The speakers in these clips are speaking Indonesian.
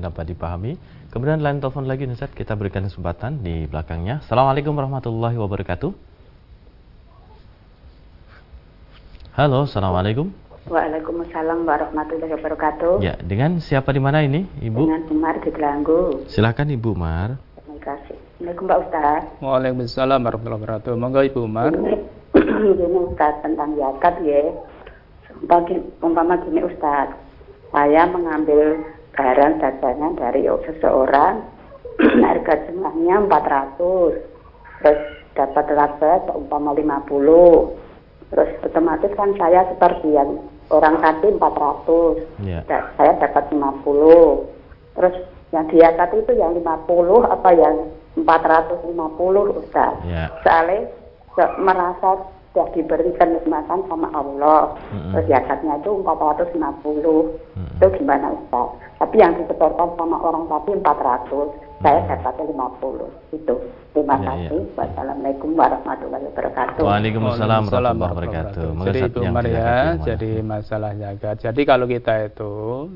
mudah-mudahan dapat dipahami. Kemudian line telepon lagi Ustaz, kita berikan kesempatan di belakangnya. Assalamualaikum warahmatullahi wabarakatuh. Halo, assalamualaikum. Waalaikumsalam warahmatullahi wabarakatuh. Ya, dengan siapa di mana ini, Ibu? Dengan Umar di Gelanggu. Silakan Ibu Umar. Terima kasih. Assalamualaikum Pak Ustaz. Waalaikumsalam warahmatullahi wabarakatuh. Monggo Ibu Umar. Ini Ustaz tentang zakat ya. Umpama gini Ustaz, saya mengambil barang dagangan dari seseorang, harga jumlahnya 400, terus dapat laba umpama 50, terus otomatis kan saya seperti yang orang tadi 400, saya dapat 50, terus yang dizakat itu yang 50 apa yang 450 Ustaz. Soalnya merasa sudah diberikan nikmatan sama Allah, terus zakatnya itu 450, itu gimana Ustaz? Tapi yang disetorkan sama orang tadi 400, saya dapatnya 50, itu. Terima kasih. Wassalamualaikum warahmatullahi wabarakatuh. Waalaikumsalam warahmatullahi wabarakatuh. Jadi Ibu Umar ya, jadi masalah zakat. Jadi kalau kita itu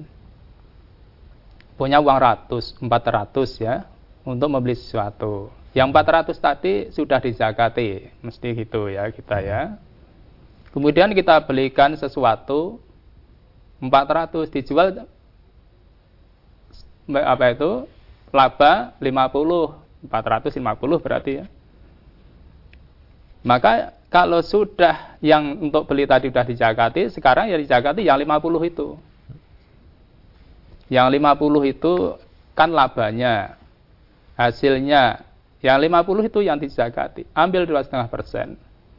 punya uang 400 ya, untuk membeli sesuatu. Yang 400 tadi sudah dizakati, mesti gitu ya kita ya. Kemudian kita belikan sesuatu 400 dijual apa itu? Laba 50, 450 berarti ya. Maka kalau sudah yang untuk beli tadi sudah dizakati, sekarang ya dizakati yang 50 itu. Yang 50 itu kan labanya, hasilnya. Yang 50 itu yang dizakati. Ambil 2,5%.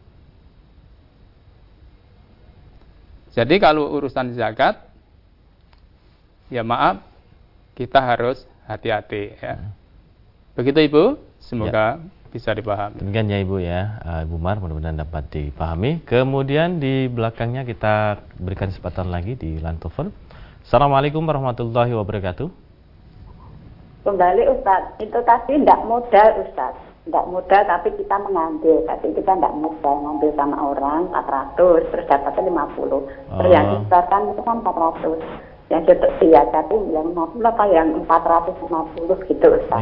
Jadi kalau urusan zakat, ya maaf, kita harus hati-hati ya. Begitu Ibu, semoga bisa dipahami. Demikian ya Ibu ya, Ibu Umar, mudah-mudahan dapat dipahami. Kemudian di belakangnya kita berikan kesempatan lagi di line telepon. Assalamualaikum warahmatullahi wabarakatuh. Kembali Ustaz, itu tadi tidak modal Ustaz, tidak modal tapi kita mengambil, tapi kita tidak modal ngambil sama orang 400, terus dapatnya 50, terus yang disetorkan itu kan 400, yang untuk dia tapi yang 50 apa yang 450 gitu Ustaz.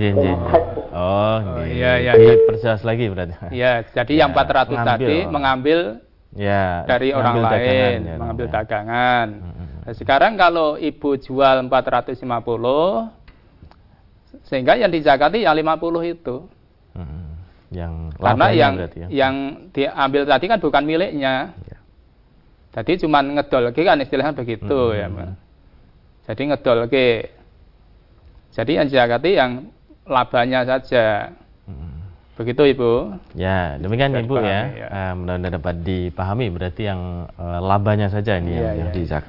Iya. Perjelas lagi berarti. Iya, jadi yang 400 tadi mengambil dari orang lain, mengambil dagangan. Nah, sekarang kalau Ibu jual 450, sehingga yang dizakati yang 50 itu. Karena yang diambil tadi kan bukan miliknya. Jadi cuma ngedol lagi kan istilahnya begitu ya. Jadi ngedol lagi. Jadi yang dizakati yang labanya saja. Begitu Ibu. Ya, demikian Ibu ya. Mudah-mudahan dapat dipahami berarti yang labanya saja ini yang dizakati.